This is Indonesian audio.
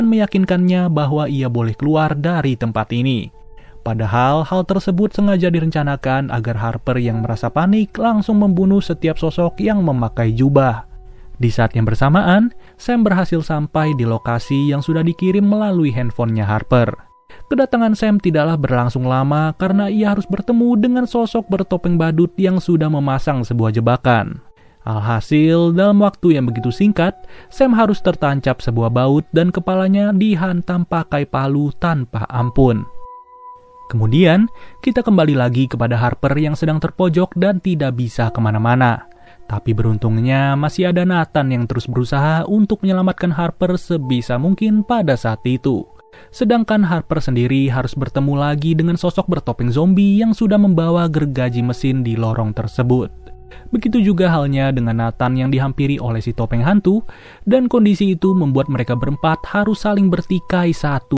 dan meyakinkannya bahwa ia boleh keluar dari tempat ini. Padahal hal tersebut sengaja direncanakan agar Harper yang merasa panik langsung membunuh setiap sosok yang memakai jubah. Di saat yang bersamaan, Sam berhasil sampai di lokasi yang sudah dikirim melalui handphonenya Harper. Kedatangan Sam tidaklah berlangsung lama karena ia harus bertemu dengan sosok bertopeng badut yang sudah memasang sebuah jebakan. Alhasil, dalam waktu yang begitu singkat, Sam harus tertancap sebuah baut dan kepalanya dihantam pakai palu tanpa ampun. Kemudian, kita kembali lagi kepada Harper yang sedang terpojok dan tidak bisa kemana-mana. Tapi beruntungnya masih ada Nathan yang terus berusaha untuk menyelamatkan Harper sebisa mungkin pada saat itu. Sedangkan Harper sendiri harus bertemu lagi dengan sosok bertopeng zombie yang sudah membawa gergaji mesin di lorong tersebut. Begitu juga halnya dengan Nathan yang dihampiri oleh si topeng hantu, dan kondisi itu membuat mereka berempat harus saling bertikai satu